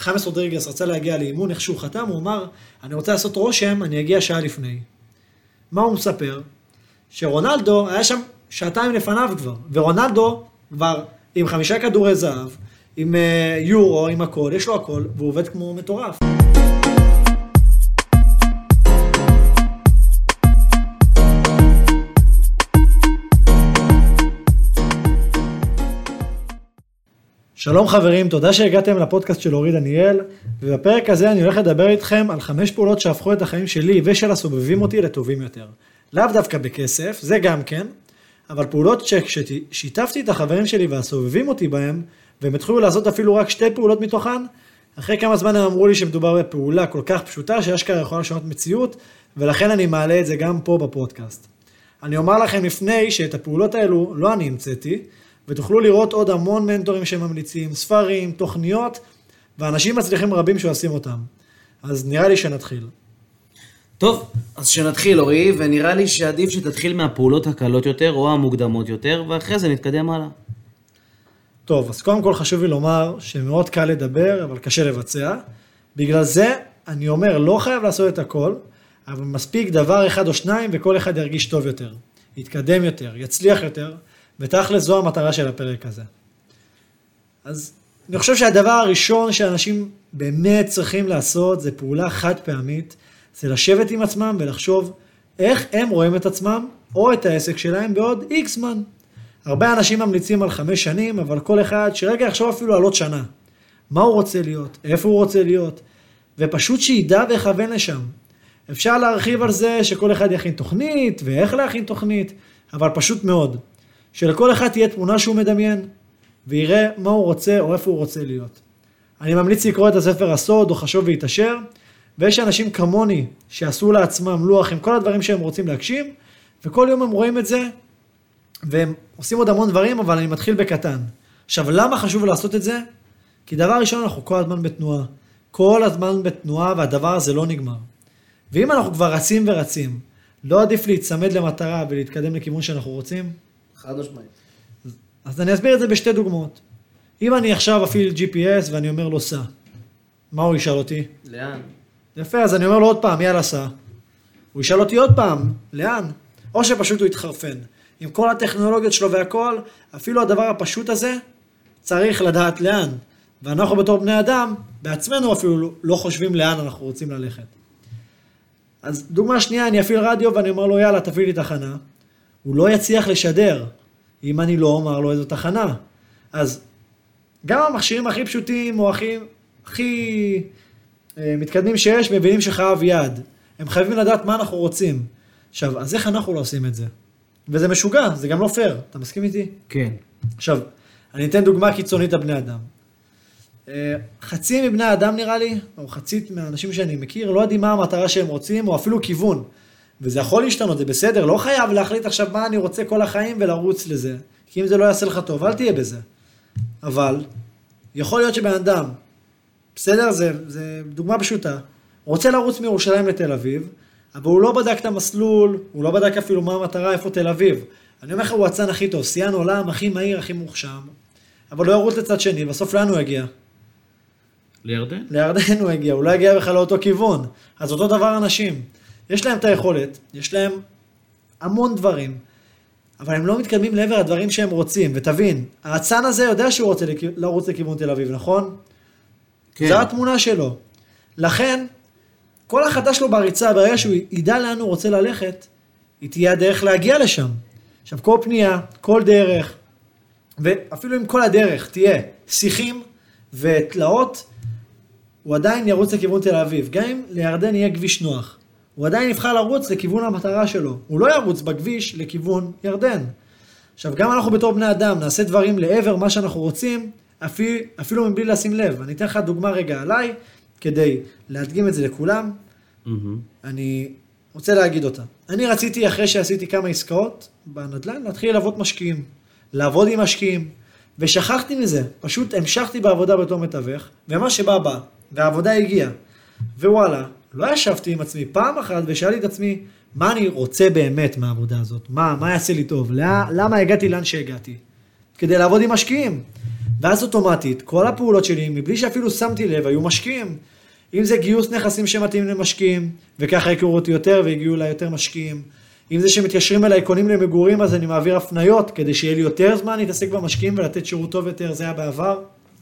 חמאס רודריגס רצה להגיע לאימון, איך שהוא חתם, הוא אמר, אני רוצה לעשות רושם, אני אגיע שעה לפני. מה הוא מספר? שרונלדו היה שם שעתיים לפניו כבר, ורונלדו כבר עם 5 כדורי זהב, עם יורו, עם הכל, יש לו הכל, והוא עובד כמו מטורף. שלום חברים, תודה שהגעתם לפודקאסט של אורי דניאל, ובפרק הזה אני הולך לדבר איתכם על 5 פעולות שהפכו את החיים שלי ושל הסובבים אותי לטובים יותר. לאו דווקא בכסף, זה גם כן, אבל פעולות ששיתפתי את החברים שלי והסובבים אותי בהם, והם התחילו לעשות אפילו רק 2 פעולות מתוכן, אחרי כמה זמן הם אמרו לי שמדובר בפעולה כל כך פשוטה, שאשכרה יכולה לשנות מציאות, ולכן אני מעלה את זה גם פה בפודקאסט. אני אומר לכם לפני שאת הפעולות האלו לא אני המצאתי, ותוכלו לראות עוד המון מנטורים שממליצים, ספרים, תוכניות, ואנשים מצליחים רבים שעושים אותם. אז נראה לי שנתחיל. טוב, אז שנתחיל אורי, ונראה לי שעדיף שתתחיל מהפעולות הקלות יותר או המוקדמות יותר, ואחרי זה נתקדם הלאה. טוב, אז קודם כל חשוב לי לומר שמאוד קל לדבר, אבל קשה לבצע. בגלל זה אני אומר, לא חייב לעשות את הכל, אבל מספיק דבר אחד או 2, וכל אחד ירגיש טוב יותר, יתקדם יותר, יצליח יותר, ותכל'ס זו המטרה של הפרק הזה. אז אני חושב שהדבר הראשון שאנשים באמת צריכים לעשות, זה פעולה חד פעמית, זה לשבת עם עצמם ולחשוב איך הם רואים את עצמם, או את העסק שלהם בעוד X זמן. הרבה אנשים ממליצים על 5 שנים, אבל כל אחד שרגע יחשוב אפילו על עוד שנה. מה הוא רוצה להיות, איפה הוא רוצה להיות, ופשוט שידע ויכוון לשם. אפשר להרחיב על זה שכל אחד יכין תוכנית, ואיך להכין תוכנית, אבל פשוט מאוד. שלכל אחד תהיה תמונה שהוא מדמיין, ויראה מה הוא רוצה או איפה הוא רוצה להיות. אני ממליץ לקרוא את הספר הסוד או חשוב והתעשר, ויש אנשים כמוני שעשו לעצמם לוח עם כל הדברים שהם רוצים להגשים, וכל יום הם רואים את זה, והם עושים עוד המון דברים, אבל אני מתחיל בקטן. עכשיו, למה חשוב לעשות את זה? כי דבר ראשון, אנחנו כל הזמן בתנועה. כל הזמן בתנועה, והדבר הזה לא נגמר. ואם אנחנו כבר רצים ורצים, לא עדיף להצמד למטרה ולהתקדם לכיוון שאנחנו רוצים? חד משמעית. אז אני אסביר את זה בשתי דוגמאות. אם אני עכשיו אפעיל GPS ואני אומר לו סע, מה הוא ישאל אותי? לאן? יפה, אז אני אומר לו עוד פעם, יאללה סע. הוא ישאל אותי עוד פעם, לאן? או שפשוט הוא יתחרפן. עם כל הטכנולוגיות שלו והכל, אפילו הדבר הפשוט הזה, צריך לדעת לאן. ואנחנו בתור בני אדם, בעצמנו אפילו לא חושבים לאן אנחנו רוצים ללכת. אז דוגמה שנייה, אני אפעיל רדיו ואני אומר לו, יאללה, תפעיל לי תחנה. הוא לא יצליח לשדר, אם אני לא אומר לו איזו תחנה. אז גם המכשירים הכי פשוטים, או הכי מתקדמים שיש, מבינים שחייב יד. הם חייבים לדעת מה אנחנו רוצים. עכשיו, אז איך אנחנו לא עושים את זה? וזה משוגע, זה גם לא פייר. אתה מסכים איתי? כן. עכשיו, אני אתן דוגמה קיצונית לבני אדם. חצי מבני האדם נראה לי, או חצית מהאנשים שאני מכיר, לא יודעים מה המטרה שהם רוצים, או אפילו כיוון. וזה יכול להשתנות, זה בסדר, לא חייב להחליט עכשיו מה אני רוצה כל החיים ולרוץ לזה. כי אם זה לא יעשה לך טוב, אל תהיה בזה. אבל, יכול להיות שבן אדם, בסדר, זה דוגמה פשוטה, רוצה לרוץ מירושלים לתל אביב, אבל הוא לא בדק את המסלול, הוא לא בדק אפילו מה המטרה, איפה תל אביב. אני אומר לך, הוא הצן הכי טוב, שיאן עולם, הכי מהיר, הכי מוכשם, אבל לא ירוץ לצד שני, בסוף לאן הוא יגיע? לירדן? לירדן הוא יגיע, הוא לא יגיע בכלל לאותו כיוון. אז אותו דבר אנשים, יש להם את היכולת, יש להם המון דברים, אבל הם לא מתקדמים לעבר הדברים שהם רוצים, ותבין, הצן הזה יודע שהוא רוצה לרוץ לכיוון תל אביב, נכון? כן. זו התמונה שלו. לכן, כל החלטה שלו בריצה, ברגע שהוא ידע לאן הוא רוצה ללכת, היא תהיה הדרך להגיע לשם. עכשיו, כל פנייה, כל דרך, ואפילו אם כל הדרך תהיה שיחים ותלאות, הוא עדיין ירוץ לכיוון תל אביב. גם אם לירדן יהיה כביש נוח, הוא עדיין יבחר לרוץ לכיוון המטרה שלו. הוא לא ירוץ בכביש לכיוון ירדן. עכשיו, גם אנחנו בתור בני אדם נעשה דברים לעבר מה שאנחנו רוצים, אפילו מבלי לשים לב. אני אתן לך דוגמה רגע עליי, כדי להדגים את זה לכולם. אני רוצה להגיד אותה. אני רציתי, אחרי שעשיתי כמה עסקאות בנדל"ן, להתחיל לעבוד משקיעים. לעבוד עם משקיעים. ושכחתי מזה. פשוט המשכתי בעבודה בתור מתווך, ומה שבא, והעבודה הגיעה. ווואלה, לא ישבתי עם עצמי פעם אחת, ושאלתי את עצמי, מה אני רוצה באמת מהעבודה הזאת? מה יעשה לי טוב? למה הגעתי לאן שהגעתי? כדי לעבוד עם משקיעים. ואז אוטומטית, כל הפעולות שלי, מבלי שאפילו שמתי לב, היו משקיעים. אם זה גיוס נכסים שמתאים למשקיעים, וככה יקרו אותי יותר והגיעו לה יותר משקיעים. אם זה שמתיישרים אליי, קונים למגורים, אז אני מעביר הפניות, כדי שיהיה לי יותר זמן להתעסק במשקיעים ולתת שירות טוב יותר, זה היה בעבר.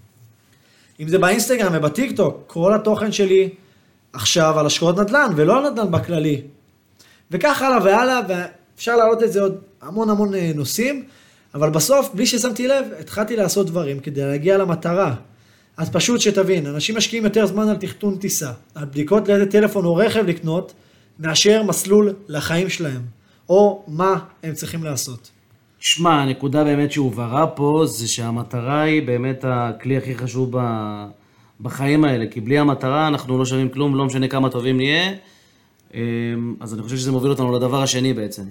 אם זה באינסטגרם ובטיקטוק, כל התוכן שלי עכשיו על השקעות נדל"ן, ולא על נדל"ן בכללי. וכך הלאה והלאה, ואפשר להעלות את זה עוד המון נושאים, אבל בסוף, בלי ששמתי לב, התחלתי לעשות דברים כדי להגיע למטרה. אז פשוט שתבין, אנשים משקיעים יותר זמן על תכנון טיסה, על בדיקות לאיזה טלפון או רכב לקנות, מאשר מסלול לחיים שלהם, או מה הם צריכים לעשות. שמע, הנקודה באמת שהובהרה פה, זה שהמטרה היא באמת הכלי הכי חשוב בחיים האלה, כי בלי המטרה אנחנו לא שווים כלום, לא משנה כמה טובים נהיה, אז אני חושב שזה מוביל אותנו לדבר השני בעצם.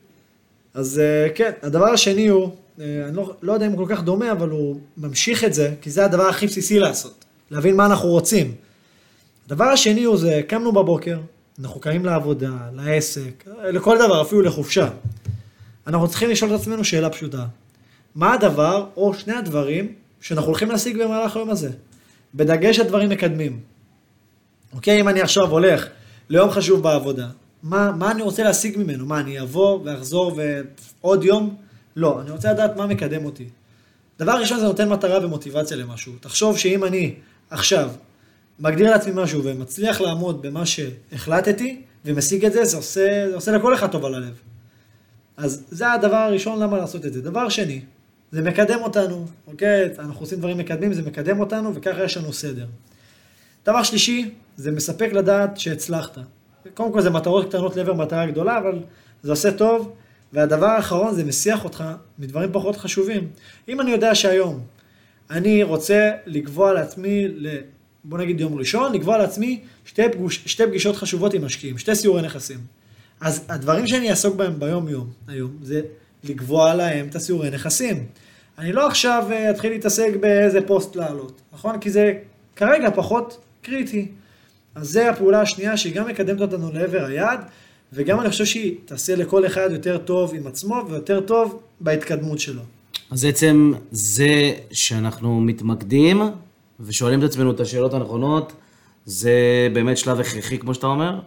אז כן, הדבר השני הוא, אני לא יודע אם הוא כל כך דומה, אבל הוא ממשיך את זה, כי זה הדבר הכי בסיסי לעשות, להבין מה אנחנו רוצים. הדבר השני הוא זה, קמנו בבוקר, אנחנו קמים לעבודה, לעסק, לכל דבר, אפילו לחופשה. אנחנו צריכים לשאול את עצמנו שאלה פשוטה. מה הדבר או שני הדברים שאנחנו הולכים להשיג במהלך היום הזה? בדגש הדברים מקדמים. אוקיי, אם אני עכשיו הולך ליום חשוב בעבודה, מה אני רוצה להשיג ממנו? מה, אני אבוא ואחזור ועוד יום? לא, אני רוצה לדעת מה מקדם אותי. דבר ראשון זה נותן מטרה ומוטיבציה למשהו. תחשוב שאם אני עכשיו מגדיר לעצמי משהו ומצליח לעמוד במה שהחלטתי ומשיג את זה, זה עושה לכל אחד טוב על הלב. אז זה הדבר הראשון למה לעשות את זה. דבר שני, זה מקדם אותנו, אוקיי? אנחנו עושים דברים מקדמים, זה מקדם אותנו וככה יש לנו סדר. דבר שלישי, זה מספק לדעת שהצלחת. קודם כל זה מטרות קטנות לעבר מטרה גדולה, אבל זה עושה טוב. והדבר האחרון זה מסיח אותך מדברים פחות חשובים. אם אני יודע שהיום אני רוצה לקבוע לעצמי, בוא נגיד יום ראשון, לקבוע לעצמי שתי פגישות חשובות עם משקיעים, 2 סיורי נכסים. אז הדברים שאני אעסוק בהם ביום יום היום, זה לקבוע להם את הסיורי נכסים. אני לא עכשיו אתחיל להתעסק באיזה פוסט לעלות, נכון? כי זה כרגע פחות קריטי. אז זה הפעולה השנייה שהיא גם מקדמת אותנו לעבר היעד, וגם אני חושב שהיא תעשה לכל אחד יותר טוב עם עצמו, ויותר טוב בהתקדמות שלו. אז בעצם זה שאנחנו מתמקדים, ושואלים את עצמנו את השאלות הנכונות, זה באמת שלב הכרחי, כמו שאתה אומר.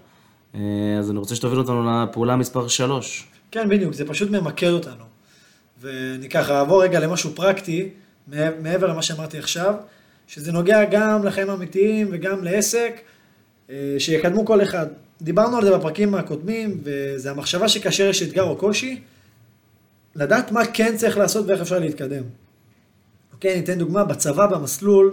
אז אני רוצה שתוביל אותנו לפעולה מספר 3. כן, בדיוק, זה פשוט ממקד אותנו. ואני ככה אעבור רגע למשהו פרקטי, מעבר למה שאמרתי עכשיו, שזה נוגע גם לחיים האמיתיים וגם לעסק, שיקדמו כל אחד. דיברנו על זה בפרקים הקודמים, וזה המחשבה שכאשר יש אתגר או קושי, לדעת מה כן צריך לעשות ואיך אפשר להתקדם. אוקיי, ניתן דוגמה, בצבא, במסלול,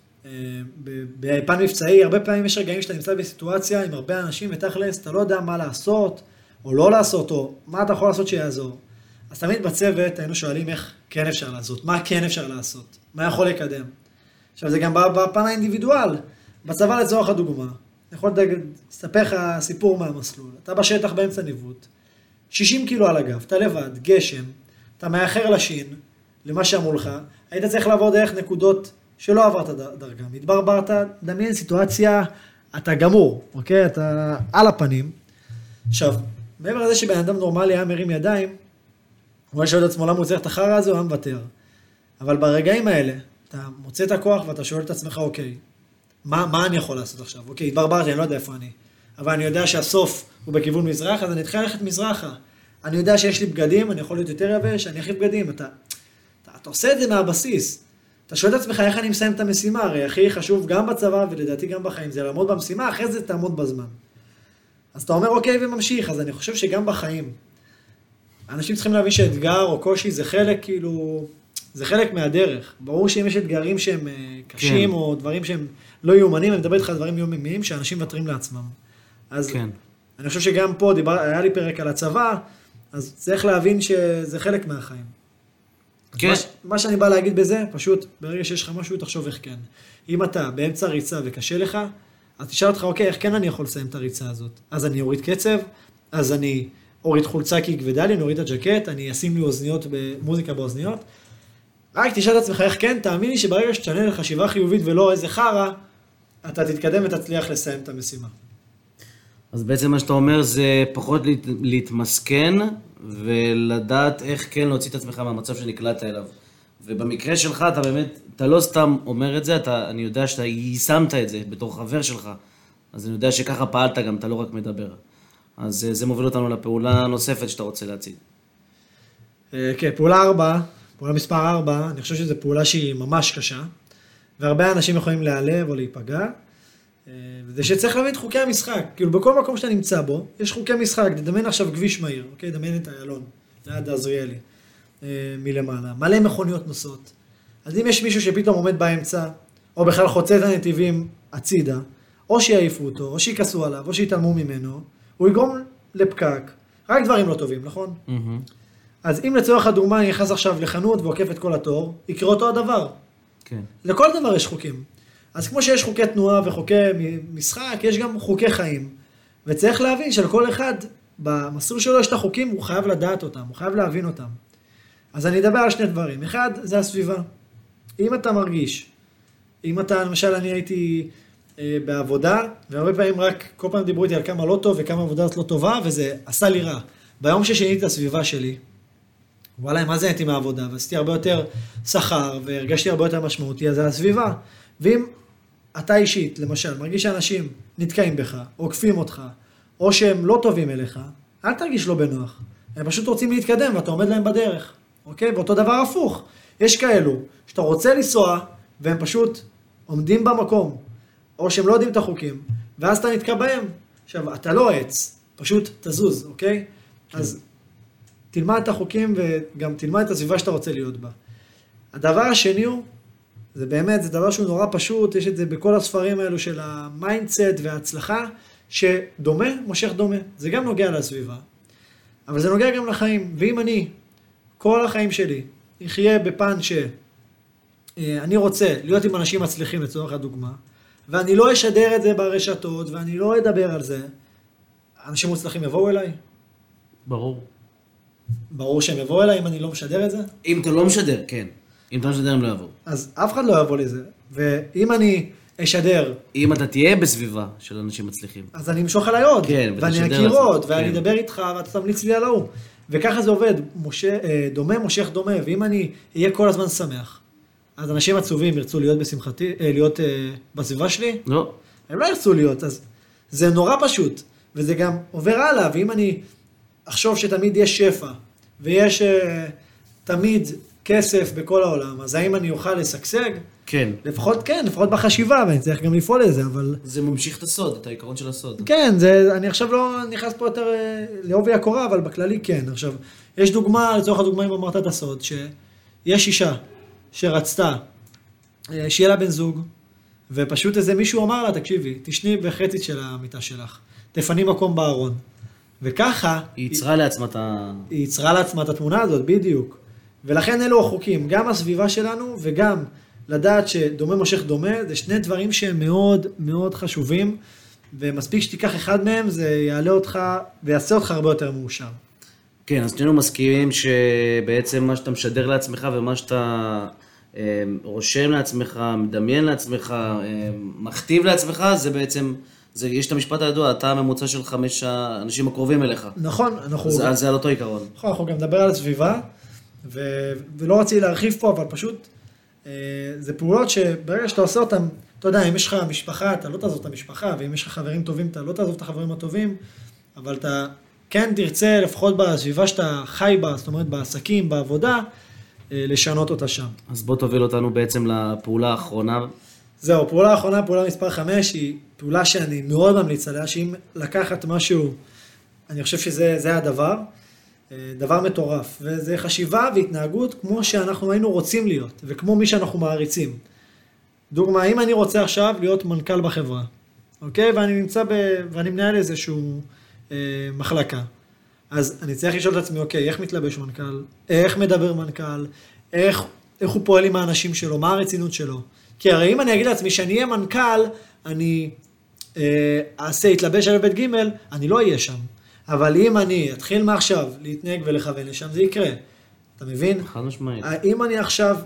בפן מבצעי, הרבה פעמים יש רגעים שאתה נמצא בסיטואציה עם הרבה אנשים, ותכלס, אתה לא יודע מה לעשות, או לא לעשות, או מה אתה יכול לעשות שיעזור. אז תמיד בצוות היינו שואלים איך כן אפשר לעשות, מה כן אפשר לעשות, מה יכול לקדם. עכשיו זה גם בפן האינדיבידואל, בצבא לצורך הדוגמה, אני יכול לספר לך סיפור מהמסלול, אתה בשטח באמצע ניווט, 60 קילו על הגב, אתה לבד, גשם, אתה מאחר לשין, למה שאמרו לך, היית צריך לעבור דרך נקודות שלא עברת דרגה, מתברברת, דמיין סיטואציה, אתה גמור, אוקיי? אתה על הפנים. עכשיו, מעבר לזה שבן אדם נורמלי היה מרים ידיים, הוא היה שואל את עצמו למה הוא צריך את החרא הזה, הוא היה מוותר. אבל ברגעים האלה, אתה מוצא את הכוח ואתה שואל את עצמך, אוקיי, מה אני יכול לעשות עכשיו? אוקיי, התברברתי, אני לא יודע איפה אני. אבל אני יודע שהסוף הוא בכיוון מזרח, אז אני אתחיל ללכת מזרחה. אני יודע שיש לי בגדים, אני יכול להיות יותר יבש, אני אחליף בגדים. אתה עושה את זה מהבסיס. אתה שואל את עצמך איך אני מסיים את המשימה, הרי הכי חשוב גם בצבא ולדעתי גם בחיים, זה לעמוד במשימה, אחרי זה תעמוד בזמן. אז אתה אומר אוקיי וממשיך, אז אני חושב שגם בחיים, אנשים צריכים להבין שאתגר או קושי זה חלק כאילו, זה חלק מהדרך. ברור שאם יש אתגרים שהם קשים או דברים שהם לא יאומנים, אני מדבר איתך על דברים יומיומיים שאנשים מוותרים לעצמם. אז אני חושב שגם פה היה לי פרק על הצבא, אז צריך להבין שזה חלק מהחיים. כן. מה שאני בא להגיד בזה, פשוט ברגע שיש לך משהו, תחשוב איך כן. אם אתה באמצע ריצה וקשה לך, אז תשאל אותך, אוקיי, איך כן אני יכול לסיים את הריצה הזאת? אז אני אוריד קצב, אז אני אוריד חולצה כי כבדה לי, אני אוריד את הג'קט, אני אשים לי אוזניות, מוזיקה באוזניות. רק תשאל את עצמך איך כן, תאמין לי שברגע שתשנה לחשיבה חיובית ולא איזה חרא, אתה תתקדם ותצליח לסיים את המשימה. אז בעצם מה שאתה אומר זה פחות להתמסכן ולדעת איך כן להוציא את עצמך מהמצב שנקלעת אליו. ובמקרה שלך אתה באמת, אתה לא סתם אומר את זה, אני יודע שאתה יישמת את זה בתור חבר שלך, אז אני יודע שככה פעלת גם, אתה לא רק מדבר. אז זה מוביל אותנו לפעולה הנוספת שאתה רוצה להציג. כן, פעולה מספר 4, אני חושב שזו פעולה שהיא ממש קשה, והרבה אנשים יכולים להיעלב או להיפגע, וזה שצריך להבין את חוקי המשחק, כאילו בכל מקום שאתה נמצא בו, יש חוקי משחק, תדמיין עכשיו כביש מהיר, אוקיי? דמיין את איילון, ליד עזריאלי, מלמעלה, מלא מכוניות נוסעות, אז אם יש מישהו שפתאום עומד באמצע, או בכלל חוצה את הנתיבים הצידה, או שיעיפו אותו, או שיקסו עליו, או שיתעלמו ממנו, הוא יגרום לפקק, רק דברים לא טובים, נכון? אז אם לצורך הדוגמה אני נכנס עכשיו לחנות ועוקף את כל התור, יקרה אותו הדבר. כן. לכל דבר יש חוקים. אז כמו שיש חוקי תנועה וחוקי משחק, יש גם חוקי חיים. וצריך להבין שלכל אחד, במסלול שלו יש את החוקים, הוא חייב לדעת אותם, הוא חייב להבין אותם. אז אני אדבר על שני דברים. אחד, זה הסביבה. אם אתה מרגיש, אם אתה, למשל, אני הייתי בעבודה, והרבה פעמים רק, כל פעם דיברו איתי על כמה לא טוב וכמה עבודה לא טובה, וזה עשה לי רע. ביום ששיניתי את הסביבה שלי, וואלה, מה זה הייתי מהעבודה? ועשיתי הרבה יותר שכר, והרגשתי הרבה יותר משמעותי, אז זה הסביבה. ואם אתה אישית, למשל, מרגיש שאנשים נתקעים בך, עוקפים אותך, או שהם לא טובים אליך, אל תרגיש לא בנוח. הם פשוט רוצים להתקדם, ואתה עומד להם בדרך. אוקיי? ואותו דבר הפוך. יש כאלו שאתה רוצה לנסוע, והם פשוט עומדים במקום, או שהם לא יודעים את החוקים, ואז אתה נתקע בהם. עכשיו, אתה לא עץ, פשוט תזוז, אוקיי? אז תלמד את החוקים וגם תלמד את הסביבה שאתה רוצה להיות בה. הדבר השני הוא, זה באמת, זה דבר שהוא נורא פשוט, יש את זה בכל הספרים האלו של המיינדסט וההצלחה, שדומה מושך דומה. זה גם נוגע לסביבה, אבל זה נוגע גם לחיים. ואם אני, כל החיים שלי, אחיה בפן שאני רוצה להיות עם אנשים מצליחים לצורך הדוגמה, ואני לא אשדר את זה ברשתות, ואני לא אדבר על זה, אנשים מוצלחים יבואו אליי? ברור. ברור שהם יבואו אליי אם אני לא משדר את זה? אם אתה לא משדר, כן. אם אתה לא משדר, הם לא יבואו. אז אף אחד לא יבוא לזה. ואם אני אשדר... אם אתה תהיה בסביבה של אנשים מצליחים. אז אני אמשוך עליי עוד. כן, ואני אכיר עוד, ואני אדבר איתך, ואתה תמליץ לי על ההוא. וככה זה עובד. דומה מושך דומה. ואם אני אהיה כל הזמן שמח, אז אנשים עצובים ירצו להיות בשמחתי, להיות בסביבה שלי? לא. הם לא ירצו להיות. אז זה נורא פשוט. וזה גם עובר הלאה. ואם אני אחשוב שתמיד יש שפע, ויש תמיד כסף בכל העולם, אז האם אני אוכל לסגסג? כן. לפחות בחשיבה, ואני צריך גם לפעול לזה, אבל... זה ממשיך את הסוד, את העיקרון של הסוד. כן, אני עכשיו לא נכנס פה יותר לעובי הקורה, אבל בכללי כן. עכשיו, יש דוגמה, לצורך הדוגמה אם אמרת את הסוד, שיש אישה שרצתה שיהיה לה בן זוג, ופשוט איזה מישהו אמר לה, תקשיבי, תשני בחצי של המיטה שלך, תפני מקום בארון. וככה... היא יצרה לעצמה היא יצרה לעצמה את התמונה הזאת, בדיוק. ולכן אלו החוקים, גם הסביבה שלנו וגם לדעת שדומה מושך דומה, זה שני דברים שהם מאוד מאוד חשובים, ומספיק שתיקח אחד מהם, זה יעלה אותך ויעשה אותך הרבה יותר מאושר. כן, אז שנינו מסכימים שבעצם מה שאתה משדר לעצמך ומה שאתה רושם לעצמך, מדמיין לעצמך, מכתיב לעצמך, זה בעצם... יש את המשפט הידוע, אתה הממוצע של 5 האנשים הקרובים אליך. נכון. זה על אותו עיקרון. נכון, אנחנו גם נדבר על הסביבה, ולא רציתי להרחיב פה, אבל פשוט, זה פעולות שברגע שאתה עושה אותן, אתה יודע, אם יש לך משפחה, אתה לא תעזוב את המשפחה, ואם יש לך חברים טובים, אתה לא תעזוב את החברים הטובים, אבל אתה כן תרצה, לפחות בסביבה שאתה חי בה, זאת אומרת, בעסקים, בעבודה, לשנות אותה שם. אז בוא תוביל אותנו בעצם לפעולה האחרונה. זהו, פעולה האחרונה, פעולה מספר 5, היא פעולה שאני מאוד ממליץ עליה, שאם לקחת משהו, אני חושב שזה הדבר, דבר מטורף, וזה חשיבה והתנהגות כמו שאנחנו היינו רוצים להיות, וכמו מי שאנחנו מעריצים. דוגמה, אם אני רוצה עכשיו להיות מנכ"ל בחברה, אוקיי? ואני מנהל איזשהו מחלקה, אז אני צריך לשאול את עצמי, אוקיי, איך מתלבש מנכ"ל? איך מדבר מנכ"ל? איך הוא פועל עם האנשים שלו? מה הרצינות שלו? כי הרי אם אני אגיד לעצמי שאני אהיה מנכ"ל, אני אעשה התלבש על בית ג', אני לא אהיה שם. אבל אם אני אתחיל מעכשיו להתנהג ולכוון לשם, זה יקרה. אתה מבין? חד משמעית. אם אני עכשיו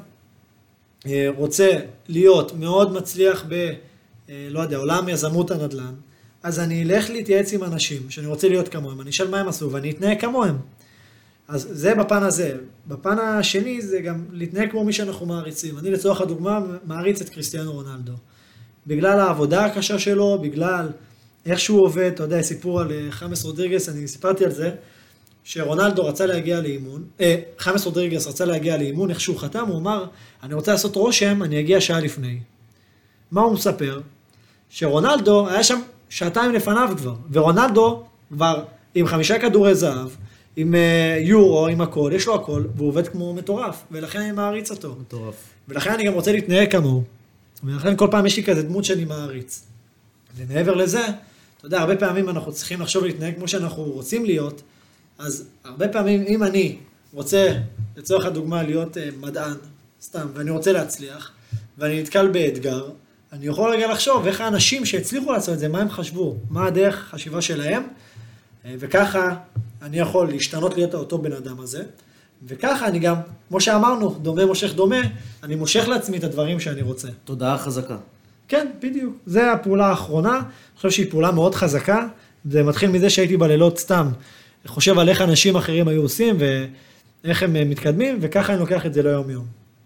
רוצה להיות מאוד מצליח לא יודע, עולם יזמות הנדל"ן, אז אני אלך להתייעץ עם אנשים שאני רוצה להיות כמוהם, אני אשאל מה הם עשו ואני אתנהג כמוהם. אז זה בפן הזה. בפן השני זה גם להתנהג כמו מי שאנחנו מעריצים. אני לצורך הדוגמה מעריץ את קריסטיאנו רונלדו. בגלל העבודה הקשה שלו, בגלל איך שהוא עובד, אתה יודע, סיפור על חמאס רודריגס, אני סיפרתי על זה, שרונלדו רצה להגיע לאימון, חמאס רודריגס רצה להגיע לאימון, איך שהוא חתם, הוא אמר, אני רוצה לעשות רושם, אני אגיע שעה לפני. מה הוא מספר? שרונלדו היה שם שעתיים לפניו כבר, ורונלדו כבר עם 5 כדורי זהב, עם יורו, עם הכל, יש לו הכל, והוא עובד כמו מטורף, ולכן אני מעריץ אותו. מטורף. ולכן אני גם רוצה להתנהג כמוהו, ולכן כל פעם יש לי כזה דמות שאני מעריץ. ומעבר לזה, אתה יודע, הרבה פעמים אנחנו צריכים לחשוב להתנהג כמו שאנחנו רוצים להיות, אז הרבה פעמים אם אני רוצה, לצורך הדוגמה, להיות מדען, סתם, ואני רוצה להצליח, ואני נתקל באתגר, אני יכול רגע לחשוב איך האנשים שהצליחו לעשות את זה, מה הם חשבו, מה הדרך חשיבה שלהם, וככה אני יכול להשתנות להיות אותו בן אדם הזה, וככה אני גם, כמו שאמרנו, דומה מושך דומה, אני מושך לעצמי את הדברים שאני רוצה. תודעה חזקה. כן, בדיוק. זה הפעולה האחרונה, אני חושב שהיא פעולה מאוד חזקה, זה מתחיל מזה שהייתי בלילות סתם, חושב על איך אנשים אחרים היו עושים, ואיך הם מתקדמים, וככה אני לוקח את זה ליום יום.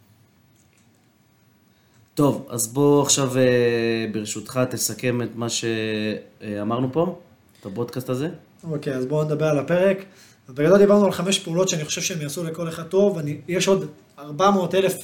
טוב, אז בוא עכשיו ברשותך תסכם את מה שאמרנו פה, את הפודקאסט הזה. אוקיי, אז בואו נדבר על הפרק. בגדול דיברנו על 5 פעולות שאני חושב שהם יעשו לכל אחד טוב, יש עוד 400,000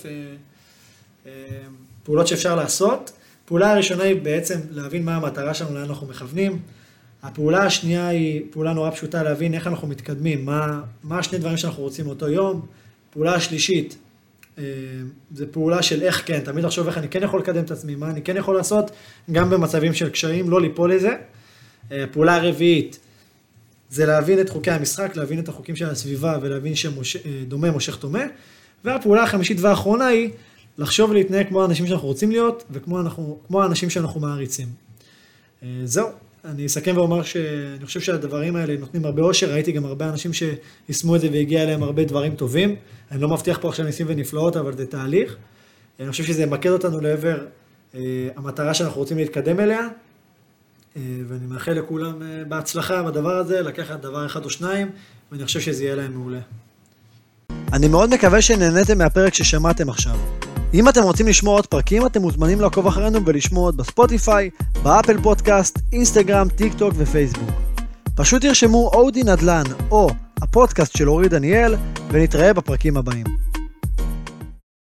פעולות שאפשר לעשות. הפעולה הראשונה היא בעצם להבין מה המטרה שלנו, לאן אנחנו מכוונים. הפעולה השנייה היא פעולה נורא פשוטה, להבין איך אנחנו מתקדמים, מה השני דברים שאנחנו רוצים אותו יום. פעולה השלישית, זה פעולה של איך כן, תמיד לחשוב איך אני כן יכול לקדם את עצמי, מה אני כן יכול לעשות, גם במצבים של קשיים, לא ליפול לזה. הפעולה הרביעית, זה להבין את חוקי המשחק, להבין את החוקים של הסביבה, ולהבין שדומה מושך דומה. והפעולה החמישית והאחרונה היא, לחשוב ולהתנהג כמו האנשים שאנחנו רוצים להיות, וכמו האנשים שאנחנו מעריצים. זהו, אני אסכם ואומר שאני חושב שהדברים האלה נותנים הרבה אושר, ראיתי גם הרבה אנשים שישמו את זה והגיע אליהם הרבה דברים טובים, אני לא מבטיח פה עכשיו ניסים ונפלאות, אבל זה תהליך. אני חושב שזה יקד אותנו לעבר המטרה שאנחנו רוצים להתקדם אליה, ואני מאחל לכולם בהצלחה בדבר הזה, לקחת דבר אחד או שניים, ואני חושב שזה יהיה להם מעולה. אני מאוד מקווה שנהניתם מהפרק ששמעתם עכשיו. אם אתם רוצים לשמוע עוד פרקים, אתם מוזמנים לעקוב אחרינו ולשמוע עוד בספוטיפיי, באפל פודקאסט, אינסטגרם, טיק טוק ופייסבוק. פשוט תרשמו אודי נדל"ן או הפודקאסט של אורי דניאל, ונתראה בפרקים הבאים.